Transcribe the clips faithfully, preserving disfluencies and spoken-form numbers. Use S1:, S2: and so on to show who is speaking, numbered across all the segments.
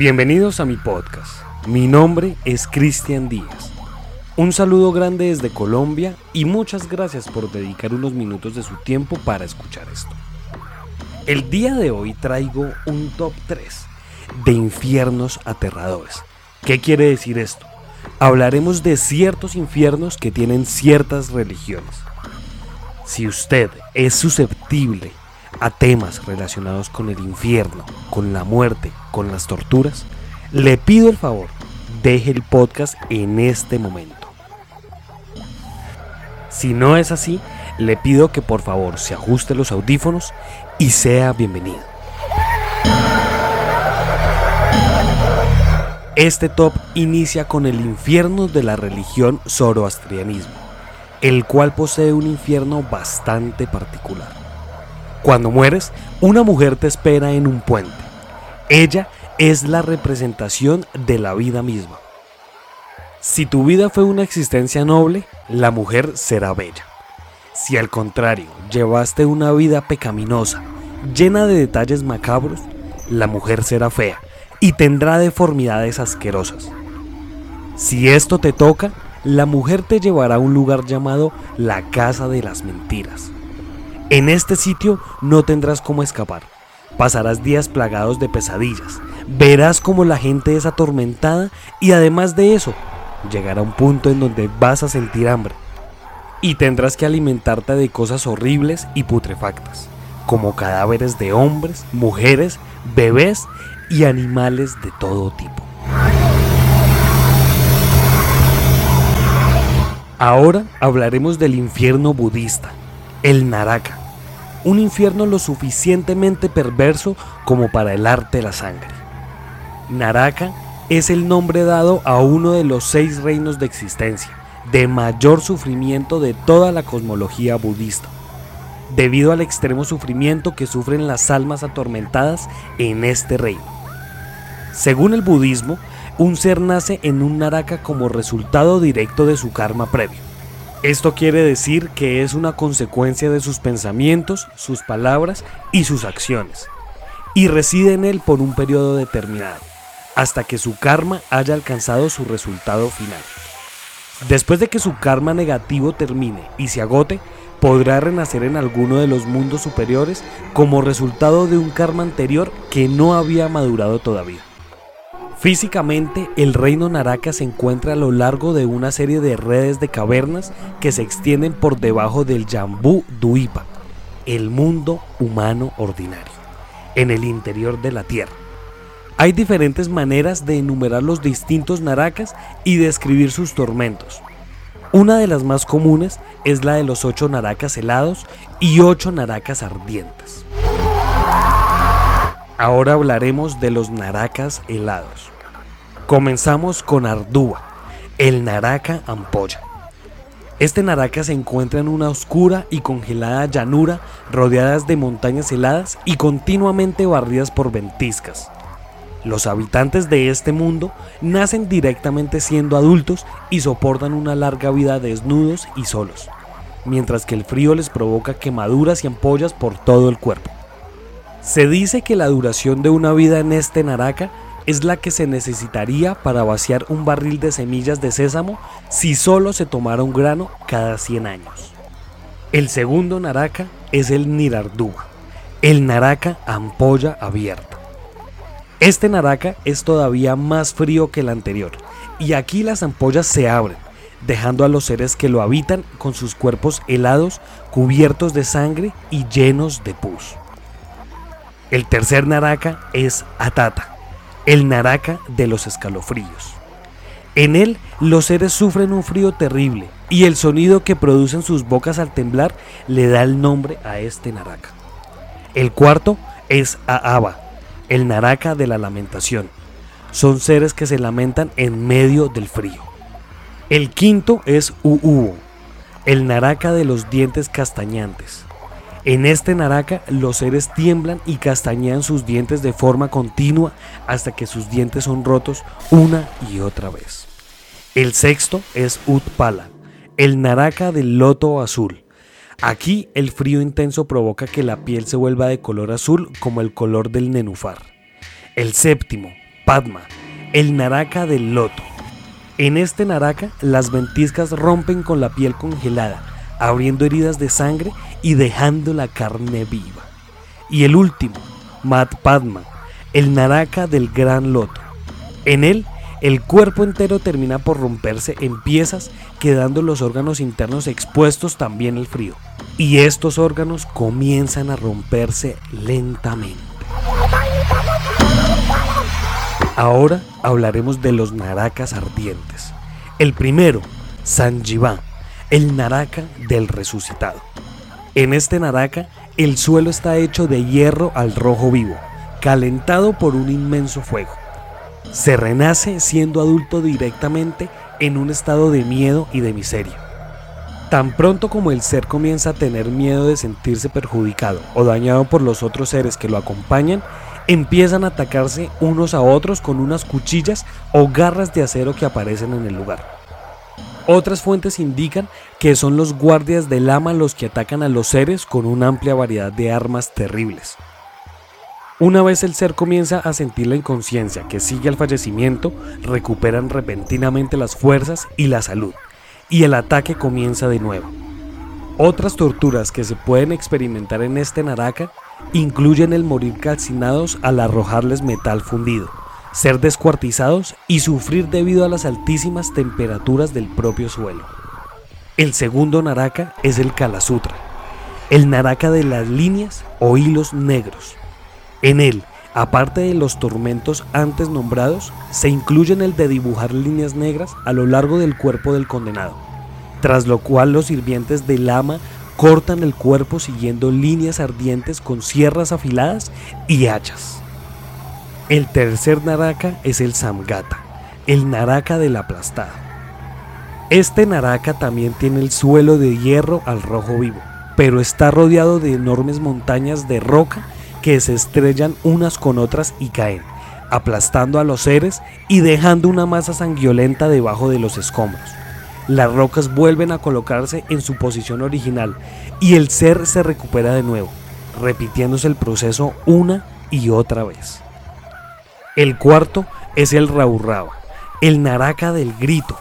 S1: Bienvenidos a mi podcast. Mi nombre es Cristian Díaz. Un saludo grande desde Colombia y muchas gracias por dedicar unos minutos de su tiempo para escuchar esto. El día de hoy traigo un top tres de infiernos aterradores. ¿Qué quiere decir esto? Hablaremos de ciertos infiernos que tienen ciertas religiones. Si usted es susceptible a temas relacionados con el infierno, con la muerte, con las torturas, le pido el favor, deje el podcast en este momento. Si no es así, le pido que por favor se ajuste los audífonos y sea bienvenido. Este top inicia con el infierno de la religión zoroastrianismo, el cual posee un infierno bastante particular. Cuando mueres, una mujer te espera en un puente. Ella es la representación de la vida misma. Si tu vida fue una existencia noble, la mujer será bella. Si al contrario llevaste una vida pecaminosa, llena de detalles macabros, la mujer será fea y tendrá deformidades asquerosas. Si esto te toca, la mujer te llevará a un lugar llamado la Casa de las Mentiras. En este sitio no tendrás cómo escapar. Pasarás días plagados de pesadillas. Verás cómo la gente es atormentada y además de eso, llegará un punto en donde vas a sentir hambre. Y tendrás que alimentarte de cosas horribles y putrefactas, como cadáveres de hombres, mujeres, bebés y animales de todo tipo. Ahora hablaremos del infierno budista, el Naraka. Un infierno lo suficientemente perverso como para helarte la sangre. Naraka es el nombre dado a uno de los seis reinos de existencia, de mayor sufrimiento de toda la cosmología budista, debido al extremo sufrimiento que sufren las almas atormentadas en este reino. Según el budismo, un ser nace en un Naraka como resultado directo de su karma previo. Esto quiere decir que es una consecuencia de sus pensamientos, sus palabras y sus acciones, y reside en él por un periodo determinado, hasta que su karma haya alcanzado su resultado final. Después de que su karma negativo termine y se agote, podrá renacer en alguno de los mundos superiores como resultado de un karma anterior que no había madurado todavía. Físicamente, el reino Naraka se encuentra a lo largo de una serie de redes de cavernas que se extienden por debajo del Jambu Dwipa, el mundo humano ordinario, en el interior de la Tierra. Hay diferentes maneras de enumerar los distintos Narakas y describir sus tormentos. Una de las más comunes es la de los ocho Narakas helados y ocho Narakas ardientes. Ahora hablaremos de los Narakas helados. Comenzamos con Ardua, el Naraka Ampolla. Este Naraka se encuentra en una oscura y congelada llanura rodeadas de montañas heladas y continuamente barridas por ventiscas. Los habitantes de este mundo nacen directamente siendo adultos y soportan una larga vida desnudos y solos, mientras que el frío les provoca quemaduras y ampollas por todo el cuerpo. Se dice que la duración de una vida en este Naraka es la que se necesitaría para vaciar un barril de semillas de sésamo si solo se tomara un grano cada cien años. El segundo Naraka es el Nirardua, el Naraka ampolla abierta. Este Naraka es todavía más frío que el anterior, y aquí las ampollas se abren, dejando a los seres que lo habitan con sus cuerpos helados, cubiertos de sangre y llenos de pus. El tercer Naraka es Atata, el Naraka de los escalofríos. En él, los seres sufren un frío terrible y el sonido que producen sus bocas al temblar le da el nombre a este Naraka. El cuarto es Aaba, el Naraka de la lamentación. Son seres que se lamentan en medio del frío. El quinto es Uuo, el Naraka de los dientes castañantes. En este Naraka los seres tiemblan y castañean sus dientes de forma continua hasta que sus dientes son rotos una y otra vez. El sexto es Utpala, el Naraka del loto azul. Aquí el frío intenso provoca que la piel se vuelva de color azul como el color del nenúfar. El séptimo, Padma, el naraka del loto. En este naraka, las ventiscas rompen con la piel congelada, abriendo heridas de sangre y dejando la carne viva. Y el último, Mat Padma, el naraka del gran loto. En él, el cuerpo entero termina por romperse en piezas, quedando los órganos internos expuestos también al frío. Y estos órganos comienzan a romperse lentamente. Ahora hablaremos de los narakas ardientes. El primero, Sanjiva, el naraka del resucitado. En este naraka, el suelo está hecho de hierro al rojo vivo, calentado por un inmenso fuego. Se renace siendo adulto directamente en un estado de miedo y de miseria. Tan pronto como el ser comienza a tener miedo de sentirse perjudicado o dañado por los otros seres que lo acompañan, empiezan a atacarse unos a otros con unas cuchillas o garras de acero que aparecen en el lugar. Otras fuentes indican que son los guardias del Ama los que atacan a los seres con una amplia variedad de armas terribles. Una vez el ser comienza a sentir la inconsciencia que sigue al fallecimiento, recuperan repentinamente las fuerzas y la salud, y el ataque comienza de nuevo. Otras torturas que se pueden experimentar en este naraka incluyen el morir calcinados al arrojarles metal fundido, ser descuartizados y sufrir debido a las altísimas temperaturas del propio suelo. El segundo naraka es el Kala Sutra, el naraka de las líneas o hilos negros. En él, aparte de los tormentos antes nombrados, se incluyen el de dibujar líneas negras a lo largo del cuerpo del condenado, tras lo cual los sirvientes del Ama cortan el cuerpo siguiendo líneas ardientes con sierras afiladas y hachas. El tercer naraka es el Samgata, el naraka del aplastado. Este naraka también tiene el suelo de hierro al rojo vivo, pero está rodeado de enormes montañas de roca que se estrellan unas con otras y caen, aplastando a los seres y dejando una masa sanguinolenta debajo de los escombros. Las rocas vuelven a colocarse en su posición original y el ser se recupera de nuevo, repitiéndose el proceso una y otra vez. El cuarto es el Raurrava, el naraka del grito.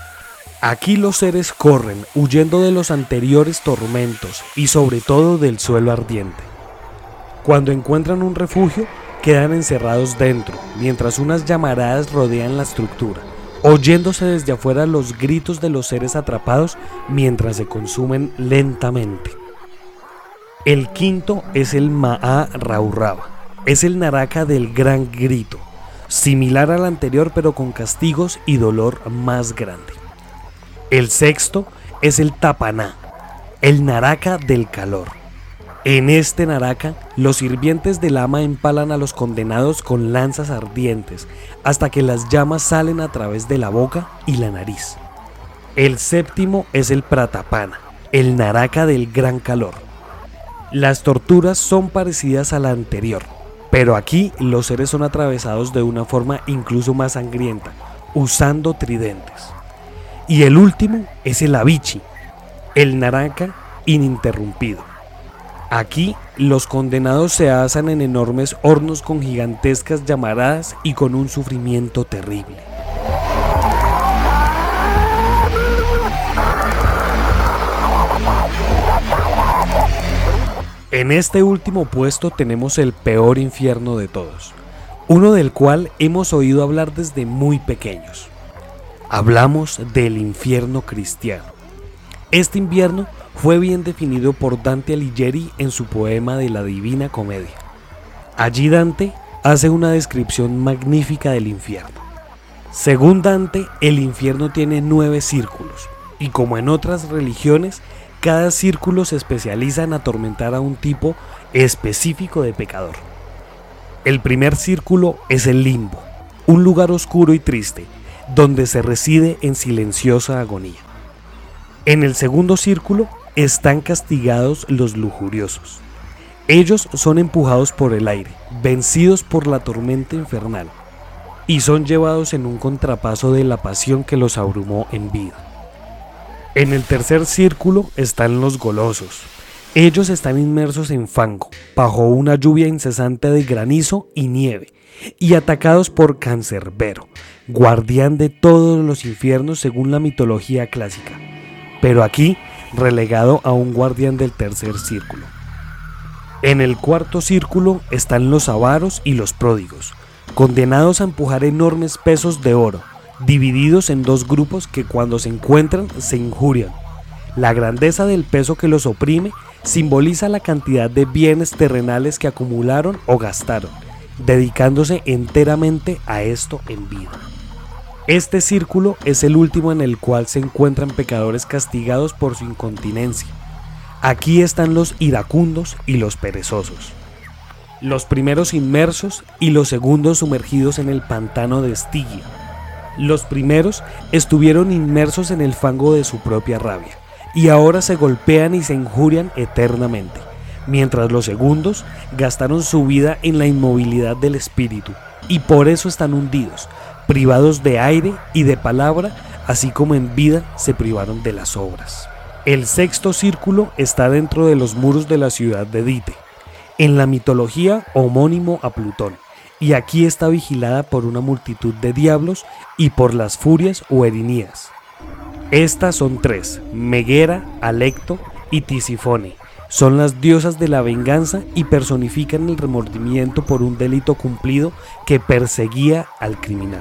S1: Aquí los seres corren huyendo de los anteriores tormentos y sobre todo del suelo ardiente. Cuando encuentran un refugio, quedan encerrados dentro, mientras unas llamaradas rodean la estructura, oyéndose desde afuera los gritos de los seres atrapados mientras se consumen lentamente. El quinto es el Maha Raurrava, es el naraka del gran grito, similar al anterior pero con castigos y dolor más grande. El sexto es el Tapaná, el naraka del calor. En este naraka, los sirvientes del Ama empalan a los condenados con lanzas ardientes hasta que las llamas salen a través de la boca y la nariz. El séptimo es el Pratapana, el naraka del gran calor. Las torturas son parecidas a la anterior, pero aquí los seres son atravesados de una forma incluso más sangrienta, usando tridentes. Y el último es el Avichi, el naraka ininterrumpido. Aquí, los condenados se asan en enormes hornos con gigantescas llamaradas y con un sufrimiento terrible. En este último puesto tenemos el peor infierno de todos, uno del cual hemos oído hablar desde muy pequeños. Hablamos del infierno cristiano. Este infierno fue bien definido por Dante Alighieri en su poema de la Divina Comedia. Allí Dante hace una descripción magnífica del infierno. Según Dante, el infierno tiene nueve círculos, y como en otras religiones, cada círculo se especializa en atormentar a un tipo específico de pecador. El primer círculo es el limbo, un lugar oscuro y triste, donde se reside en silenciosa agonía. En el segundo círculo están castigados los lujuriosos. Ellos son empujados por el aire, vencidos por la tormenta infernal, y son llevados en un contrapaso de la pasión que los abrumó en vida. En el tercer círculo están los golosos. Ellos están inmersos en fango, bajo una lluvia incesante de granizo y nieve, y atacados por Cancerbero, guardián de todos los infiernos según la mitología clásica, pero aquí relegado a un guardián del tercer círculo. En el cuarto círculo están los avaros y los pródigos, condenados a empujar enormes pesos de oro, divididos en dos grupos que cuando se encuentran se injurian. La grandeza del peso que los oprime simboliza la cantidad de bienes terrenales que acumularon o gastaron, dedicándose enteramente a esto en vida. Este círculo es el último en el cual se encuentran pecadores castigados por su incontinencia. Aquí están los iracundos y los perezosos, los primeros inmersos y los segundos sumergidos en el pantano de Estigia. Los primeros estuvieron inmersos en el fango de su propia rabia, y ahora se golpean y se injurian eternamente, mientras los segundos gastaron su vida en la inmovilidad del espíritu, y por eso están hundidos, privados de aire y de palabra, así como en vida se privaron de las obras. El sexto círculo está dentro de los muros de la ciudad de Dite, en la mitología homónimo a Plutón, y aquí está vigilada por una multitud de diablos y por las furias o erinías. Estas son tres: Megera, Alecto y Tisifone. Son las diosas de la venganza y personifican el remordimiento por un delito cumplido que perseguía al criminal.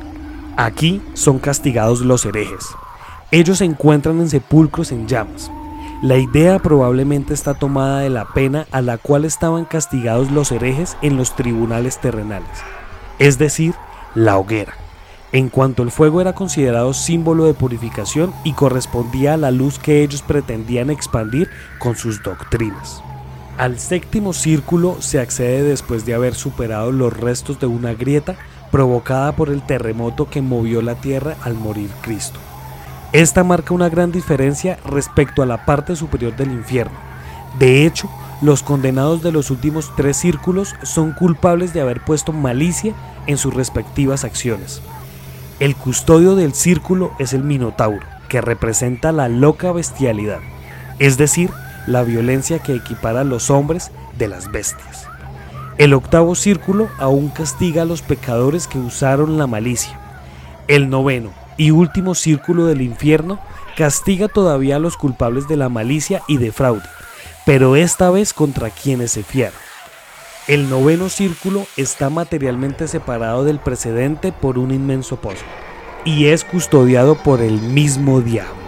S1: Aquí son castigados los herejes. Ellos se encuentran en sepulcros en llamas. La idea probablemente está tomada de la pena a la cual estaban castigados los herejes en los tribunales terrenales, es decir, la hoguera, en cuanto el fuego era considerado símbolo de purificación y correspondía a la luz que ellos pretendían expandir con sus doctrinas. Al séptimo círculo se accede después de haber superado los restos de una grieta provocada por el terremoto que movió la tierra al morir Cristo. Esta marca una gran diferencia respecto a la parte superior del infierno. De hecho, los condenados de los últimos tres círculos son culpables de haber puesto malicia en sus respectivas acciones. El custodio del círculo es el Minotauro, que representa la loca bestialidad, es decir, la violencia que equipara a los hombres de las bestias. El octavo círculo aún castiga a los pecadores que usaron la malicia. El noveno y último círculo del infierno castiga todavía a los culpables de la malicia y de fraude, pero esta vez contra quienes se fiaron. El noveno círculo está materialmente separado del precedente por un inmenso pozo, y es custodiado por el mismo diablo.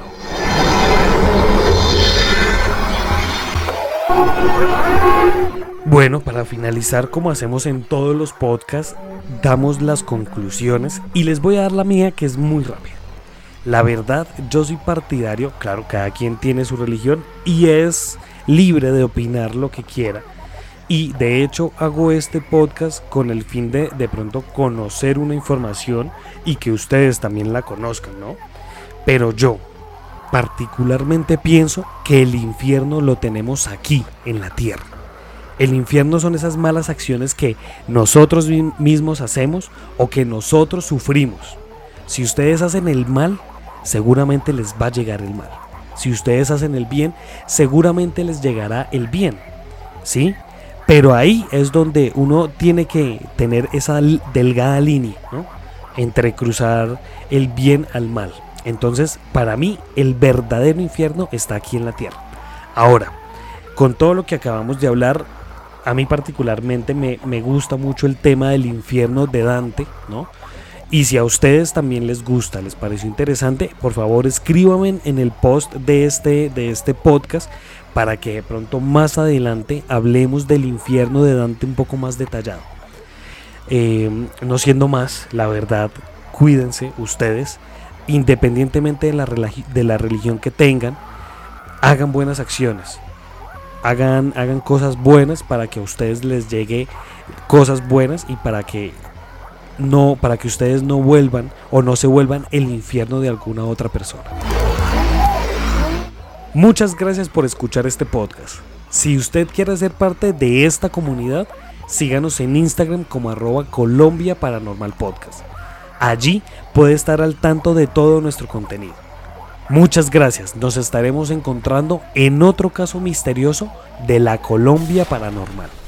S1: Bueno, para finalizar, como hacemos en todos los podcasts, damos las conclusiones y les voy a dar la mía, que es muy rápida. La verdad, yo soy partidario, claro, cada quien tiene su religión y es libre de opinar lo que quiera. Y de hecho hago este podcast con el fin de de pronto conocer una información y que ustedes también la conozcan, ¿no? Pero yo particularmente pienso que el infierno lo tenemos aquí, en la tierra. El infierno son esas malas acciones que nosotros mismos hacemos o que nosotros sufrimos. Si ustedes hacen el mal, seguramente les va a llegar el mal. Si ustedes hacen el bien, seguramente les llegará el bien, ¿sí? Pero ahí es donde uno tiene que tener esa delgada línea, ¿no? Entre cruzar el bien al mal. Entonces, para mí, el verdadero infierno está aquí en la tierra. Ahora, con todo lo que acabamos de hablar, a mí particularmente me, me gusta mucho el tema del infierno de Dante, ¿no? Y si a ustedes también les gusta, les pareció interesante, por favor escríbanme en el post de este, de este podcast para que de pronto más adelante hablemos del infierno de Dante un poco más detallado. Eh, no siendo más, la verdad, cuídense ustedes, independientemente de la, religi- de la religión que tengan, hagan buenas acciones. Hagan, hagan cosas buenas para que a ustedes les llegue cosas buenas y para que no, para que ustedes no vuelvan o no se vuelvan el infierno de alguna otra persona. Muchas gracias por escuchar este podcast. Si usted quiere ser parte de esta comunidad, síganos en Instagram como arroba Colombia Paranormal Podcast. Allí puede estar al tanto de todo nuestro contenido. Muchas gracias, nos estaremos encontrando en otro caso misterioso de la Colombia Paranormal.